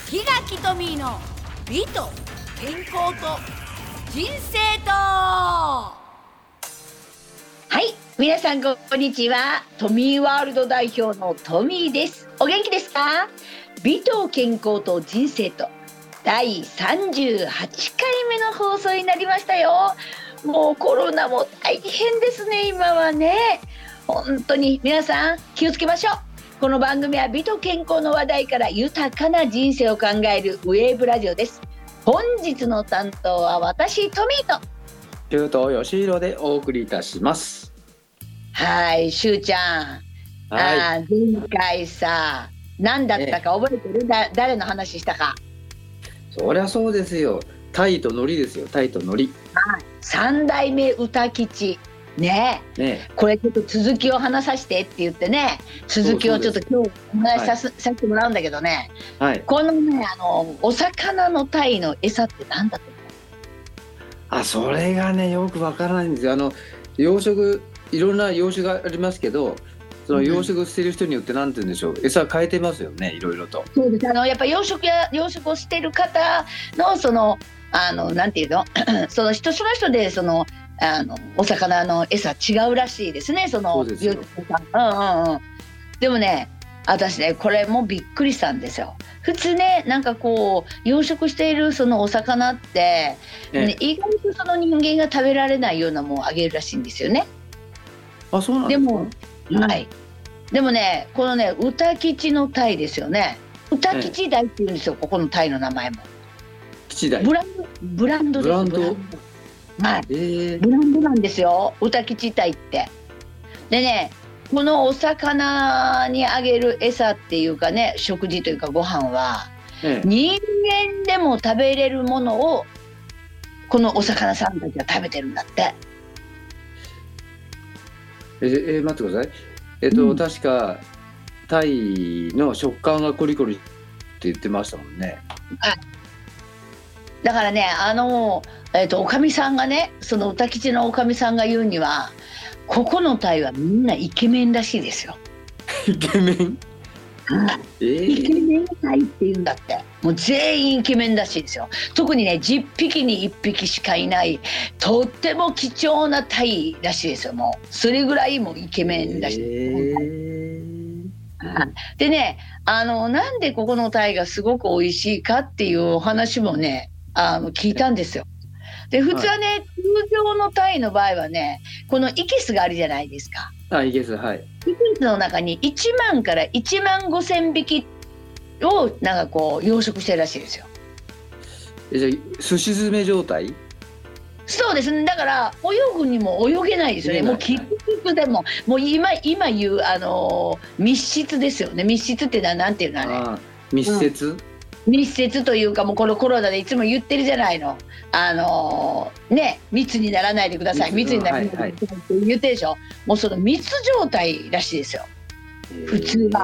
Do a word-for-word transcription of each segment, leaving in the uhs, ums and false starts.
檜垣トミーの美と健康と人生と。はい、皆さんこんにちは。トミーワールド代表のトミーです。お元気ですか？美と健康と人生とだいさんじゅうはちかいめの放送になりましたよ。もうコロナも大変ですね、今はね。本当に皆さん気をつけましょう。この番組は美と健康の話題から豊かな人生を考えるウェーブラジオです。本日の担当は私トミーと中東吉弘でお送りいたします。 はい、しゅうちゃん、はい、あ前回さ何だったか覚えてる？だ誰の話したか。 そりゃそうですよ。タイとノリですよ。タイとノリ。 はい、三代目歌吉ねえ、ねえこれちょっと続きを話させてって言ってね、続きをちょっと今日お話し さ, させてもらうんだけどね、はい、このねあのお魚のタイの餌って何だと思う？ あ、それがねよくわからないんですよ。あの養殖、いろんな養殖がありますけど、その養殖してる人によって何て言うんでしょう、うん、餌変えてますよね、いろいろと。 そうです。あのやっぱ養殖や養殖をしてる方のそのあのなんていうのその人その人でそのあのお魚の餌違うらしいですね。そのそうですよ。 うんうんうん。でもね、私ねこれもびっくりしたんですよ。普通ね、なんかこう養殖しているそのお魚って、ね、意外とその人間が食べられないようなものをあげるらしいんですよね。 あ、そうなんですか。 でも、はい。でもね、このね歌吉の鯛ですよね。歌吉鯛っていうんですよ、ここの鯛の名前も。 吉鯛。 ブランドブランドです。 ブランド。 はい、えー、ブランドなんですよ、歌吉鯛って。でね、このお魚にあげる餌っていうかね、食事というかご飯は、ええ、人間でも食べれるものをこのお魚さんたちは食べてるんだって。 えーえー、待ってください。えっと、うん、確かタイの食感がコリコリって言ってましたもんね。 はい、だからね、あのえーと、おかみさんがね、その歌吉のおかみさんが言うには、ここのタイはみんなイケメンらしいですよ。 イケメン、 えー、イケメンタイっていうんだって。もう全員イケメンらしいですよ。特にねじゅっぴきにいっぴきしかいないとっても貴重なタイらしいですよ。もうそれぐらいもうイケメンらしい、えー、でね、あのなんでここのタイがすごく美味しいかっていうお話もねあの聞いたんですよ。で普通はね、はい、通常のタイの場合はね、このイケスがあるじゃないですか。 あ、イケス、はい。 イケスの中にいちまんからいちまんごせんびきをなんかこう養殖してるらしいですよ。 え、じゃあすし詰め状態？ そうですね。だから泳ぐにも泳げないですよね。もうキックキックでももう今今言うあのー、密室ですよね。密室ってのはなんていうのあれ？ あ、密接、うん、 密接というか、もうこのコロナでいつも言ってるじゃないの。あのー、ね、密にならないでください、密にならないでくださいって言ってるでしょ、はいはい、もうその密状態らしいですよ、普通は。うん。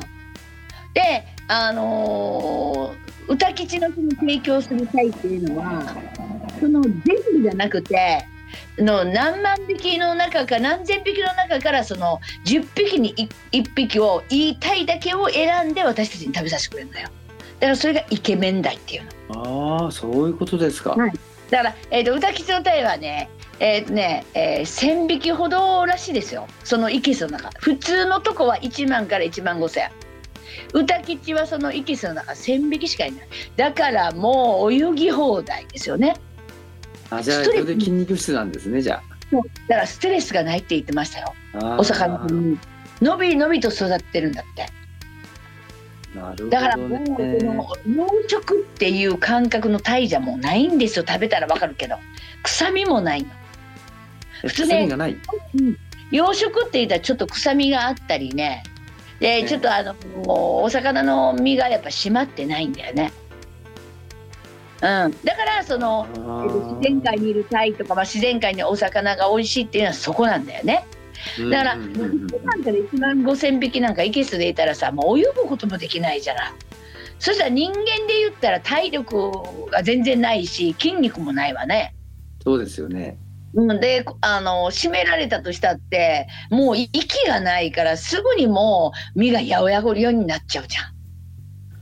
で、あのー、歌吉のその提供する鯛っていうのは、その全部じゃなくて、の何万匹の中か何千匹の中からそのじゅっぴきにいっぴきをいい鯛だけを選んで私たちに食べさせてくれるのよ。だからそれがイケメン鯛っていうの。ああ、そういうことですか。 はい、だから、えーと、歌吉の鯛はね、えーとねえー、せんびきほどらしいですよ、そのイケスの中。普通のとこはいちまんからいちまんごせん。歌吉はそのイケスの中せんびきしかいない。だからもう泳ぎ放題ですよね。 あ、じゃあそれで筋肉質なんですね。じゃあそうだからストレスがないって言ってましたよ。お魚にのびのびと育ってるんだって。 なるほどね。 だからもうこの養殖っていう感覚の鯛じゃもうないんですよ。食べたらわかるけど臭みもないの。 普通ね、臭みがない、 うん、養殖って言ったらちょっと臭みがあったりね、でちょっとあのお魚の身がやっぱ締まってないんだよね。うん、だからその自然界にいる鯛とか、まあ、自然界にお魚が美味しいっていうのはそこなんだよね。だからいちまんからいちまんごせんびきなんかイケスでいたらさ、もう泳ぐこともできないじゃない。そしたら人間で言ったら体力が全然ないし筋肉もないわね。 そうですよね。 であの締められたとしたってもう息がないからすぐにもう身がやおやごるようになっちゃうじゃん。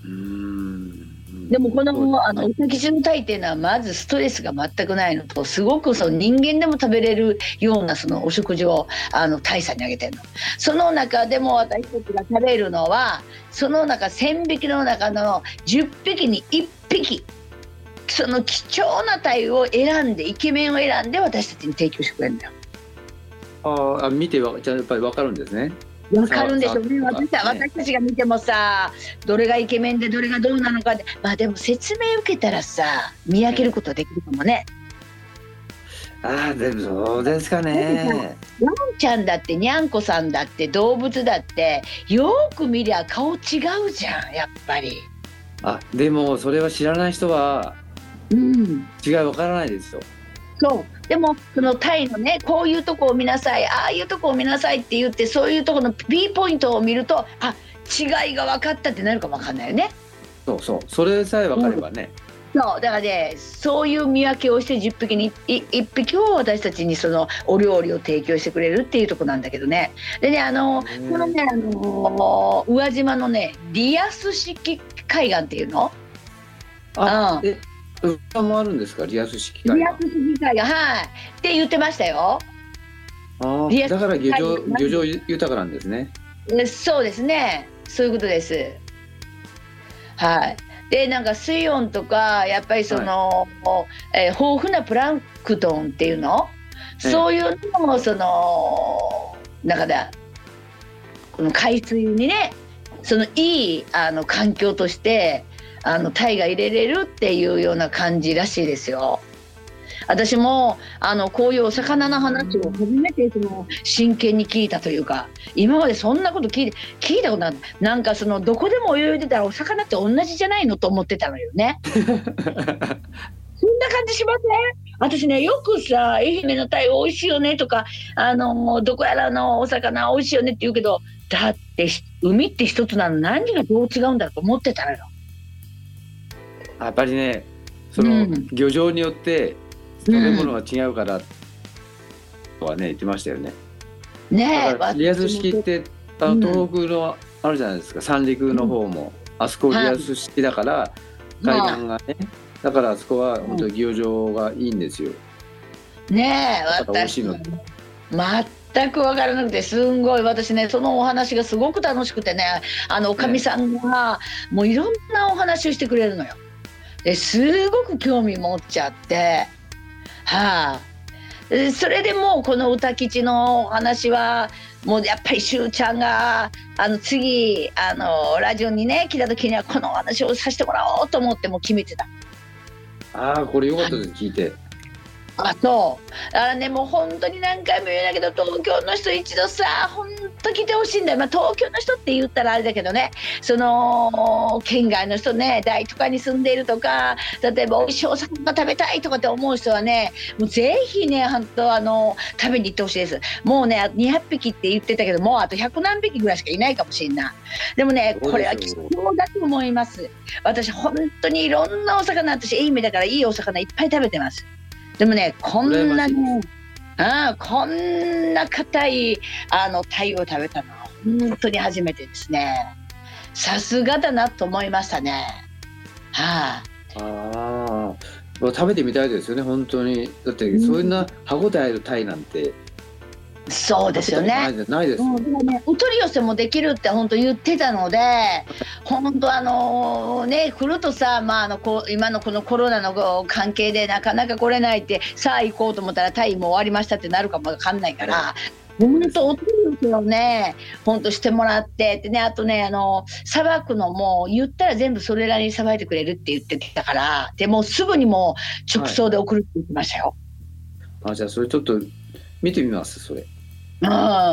ーん。 でもこそうでのあのすね。 うさぎちの鯛っていうのはまずストレスが全くないのと、すごくその人間でも食べれるようなそのお食事をあの鯛さんにあげてるの。その中でも私たちが食べるのは、その中せんびきの中のじゅっぴきにいっぴき、その貴重な鯛を選んで、イケメンを選んで私たちに提供してくれるんだよ。 あーあ、見てわじゃあやっぱりわかるんですね。 わかるんでしょうね。 ささ私たね私たちが見てもさ、どれがイケメンでどれがどうなのかで、まあでも説明受けたらさ、見分けることはできるかもね。 ああ、でもそうですかね。 ワンちゃんだってにゃんこさんだって動物だってよーく見りゃ顔違うじゃん、やっぱり。 あ、でもそれは知らない人はうん違いわからないですよ。 そうでもそのタイのね、こういうとこを見なさい、ああいうとこを見なさいって言って、そういうとこの P ポイントを見ると、あ、違いが分かったってなるかも分かんないよね。 そうそう、それさえわかればね。 そうだからね、そういう見分けをしてじゅっぴきにいいっぴきを私たちにそのお料理を提供してくれるっていうとこなんだけどね。でね、あのへーこのね、あの宇和島のねリアス式海岸っていうの、 あ、 うんえ、歌もあるんですか、リアス式海岸。 リアス式海岸、はいって言ってましたよ。 ああ、 リアスだから漁場海岸漁場豊かなんですね。 えそうですね、そういうことです。はい。でなんか水温とかやっぱりその、えー豊富なプランクトンっていうの、 ええそういうのもその中でこの海水にね、そのいいあの環境としてあのタイが入れれるっていうような感じらしいですよ。私もあのこういうお魚の話を初めてその真剣に聞いたというか、今までそんなこと聞いて聞いたことない。なんかそのどこでも泳いでたらお魚って同じじゃないのと思ってたのよね。そんな感じしません？私ね、よくさ愛媛のタイ美味しいよねとか、あのどこやらのお魚美味しいよねって言うけど、だって海って一つなの、何がどう違うんだと思ってたのよ。 やっぱりね、その、 うん漁場によって食べ物が違うからとはね言ってましたよね。 ねえ、 だからリアス式ってあうんの東北のあるじゃないですか、三陸の方も、あそこリアス式だから海岸がね、だからあそこは本当に漁場がいいんですよ。 ねえ、 だから美味しい私の。 全く分からなくて、すんごい私ね、そのお話がすごく楽しくてね、あのおかみさんがもういろんなお話をしてくれるのよ。ですごく興味持っちゃって、はあ、えそれでもうこの歌吉のお話はもうやっぱりしゅうちゃんがあの次あのラジオにね来た時にはこのお話をさせてもらおうと思ってもう決めてた。 ああ、これ良かったです聞いて。 あ、そうだからね、もう本当に何回も言うんだけど、東京の人一度さ本当来てほしいんだよ。まあ東京の人って言ったらあれだけどね、その県外の人ね、大都会に住んでいるとか、例えば美味しいお魚が食べたいとかって思う人はね、もうぜひね本当あの食べに行ってほしいです。もうねにひゃくぴきって言ってたけど、もうあとひゃく何匹ぐらいしかいないかもしれない。でもね、これは貴重だと思います。私本当にいろんなお魚、私愛媛だからいいお魚いっぱい食べてます。でもね、こんなね、あこんな硬いあの鯛を食べたのは本当に初めてですね。さすがだなと思いましたね。はああ、食べてみたいですよね本当に。だってそんな歯ごたえるタイなんて、 い、そうですよね。 ないです。 うん、でもね、お取り寄せもできるって本当言ってたので、本当あのね来るとさ、まあ、あのこ今のこのコロナの関係でなかなか来れないって、さあ行こうと思ったらタイも終わりましたってなるかもわかんないから、本当お取り寄せをね本当してもらってってね、あとねあのさばくのも言ったら全部それなりにさばいてくれるって言ってたから、でもうすぐにもう直送で送るって言ってましたよ。 あ、じゃあそれちょっと見てみますそれ。 うん、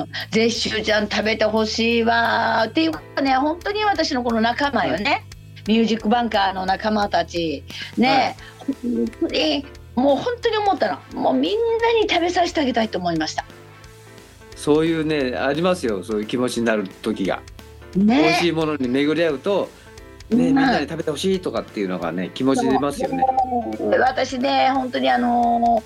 ぜひしゅうちゃん食べてほしいわっていうかね、本当に私のこの仲間よね、はい、ミュージックバンカーの仲間たちね、はい、本当にもう本当に思ったの、もうみんなに食べさせてあげたいと思いました。 そういうねありますよ、そういう気持ちになる時が、ね、美味しいものに巡り合うと、ね、みんなに食べてほしいとかっていうのがね気持ち出ますよね。 私ね本当にあの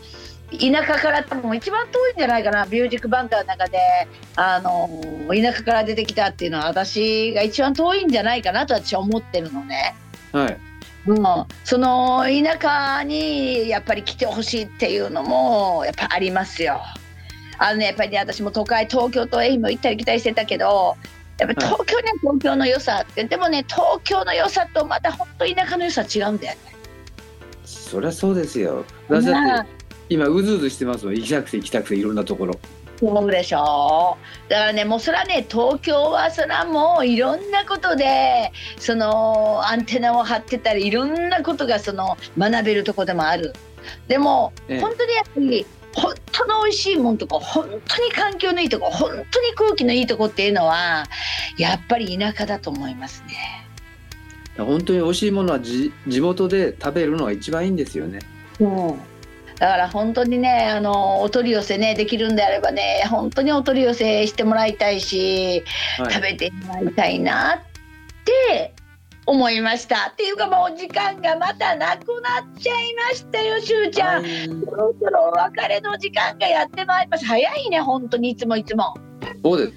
田舎から多分一番遠いんじゃないかな、ミュージックバンカーの中であの田舎から出てきたっていうのは私が一番遠いんじゃないかなと私は思ってるのね。 はい。 うん、その田舎にやっぱり来てほしいっていうのもやっぱありますよ。あのね、やっぱりね、私も都会、東京と愛媛行ったり来たりしてたけど、やっぱ東京ね、東京の良さって、でもね、東京の良さとまた本当田舎の良さ違うんだよね。 そりゃそうですよ。私だって今うずうずしてますもん。行きたくて行きたくていろんなところ。 そうでしょう。だからね、もうそれはね、東京はそれはもういろんなことでそのアンテナを張ってたり、いろんなことがその学べるとこでもある。でも、ええ、本当にやっぱり本当の美味しいもんとか、本当に環境のいいとこ、本当に空気のいいとこっていうのはやっぱり田舎だと思いますね。 本当に美味しいものは地元で食べるのが一番いいんですよね。 うん、だから本当にね、あのお取り寄せねできるんであればね、本当にお取り寄せしてもらいたいし、はい、食べてもらいたいなって思いました。っていうか、もう時間がまたなくなっちゃいましたよ、しゅうちゃん。そろそろお別れの時間がやってまいります。早いね、本当にいつもいつも。 そうです、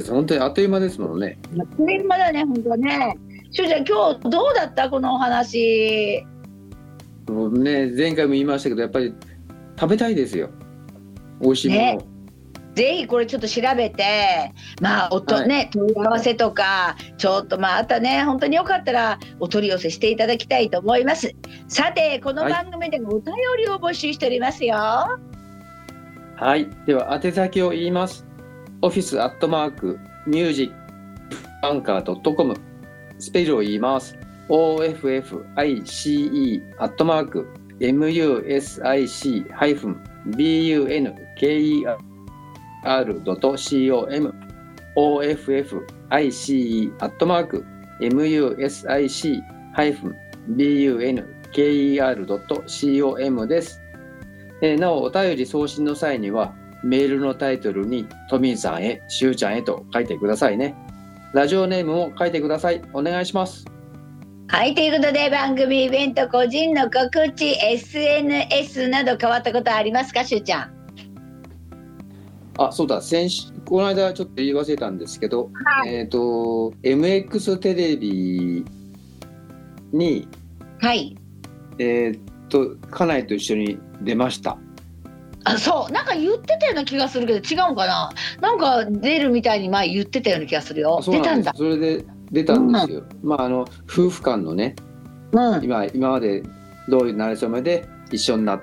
本当にあっという間ですもんね。 あっという間だね、本当ね。しゅうちゃん、今日どうだった、このお話。 もうね、前回も言いましたけど、やっぱり食べたいですよ、美味しいもの、ね、 ぜひこれちょっと調べて、まあ音、はい、ね、問い合わせとかちょっとまああとね、本当によかったらお取り寄せしていただきたいと思います。さて、この番組でもお便りを募集しておりますよ。 はい、はい、では宛先を言います。オフィスアットマークミュージックバンカードットコム、スペルを言います。オーエフエフアイシーイー アットマーク エムユーエスアイシー ハイフン ビーユーエヌケーイーアール ドット コム オーエフエフアイシーイー アットマーク エムユーエスアイシー ハイフン ビーユーエヌケーイーアール ドット コム です。えー、なおお便り送信の際にはメールのタイトルにトミンさんへ、しゅうちゃんへと書いてくださいね。ラジオネームも書いてください。お願いします。 はい、ということで番組イベント、個人の告知、エスエヌエス など変わったことありますか、しゅうちゃん。 あ、そうだ、先週この間ちょっと言い忘れたんですけど、はい、えっと エムエックス テレビに、 はい、 えっと家内と一緒に出ました。 あ、そう、なんか言ってたような気がするけど違うかな。なんか出るみたいに前言ってたような気がするよ。 出たんだ。それで出たんですよ。うん、まああの夫婦間のね、うん、今今までどういう馴れ初めで一緒になって、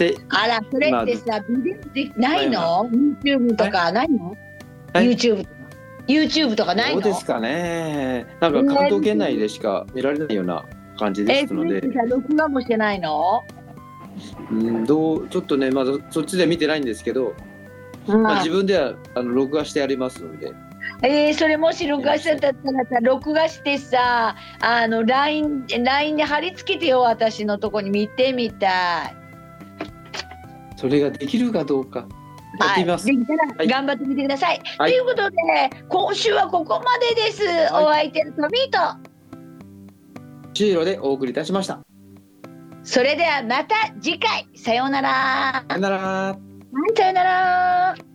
あら、それってさ、ビデオでないの？ YouTube とかないの？ YouTube とか YouTube とかないの？ どうですかね。なんか関東圏内でしか見られないような感じですので。 え、録画もしてないの？ うん、どうちょっとね、まだそっちで見てないんですけど、うん、まあ、自分ではあの録画してありますので。 えー、それもし録画してたったらさ、録画してさ、あの ライン ライン で貼り付けてよ、私のとこに見てみたい。 それができるかどうかやってみます。 はい、できたら頑張ってみてください。はい、ということで、今週はここまでです。はい、お相手のトミーとシーロでお送りいたしました。 それではまた次回、さようなら。 さようなら。 はい、さようなら。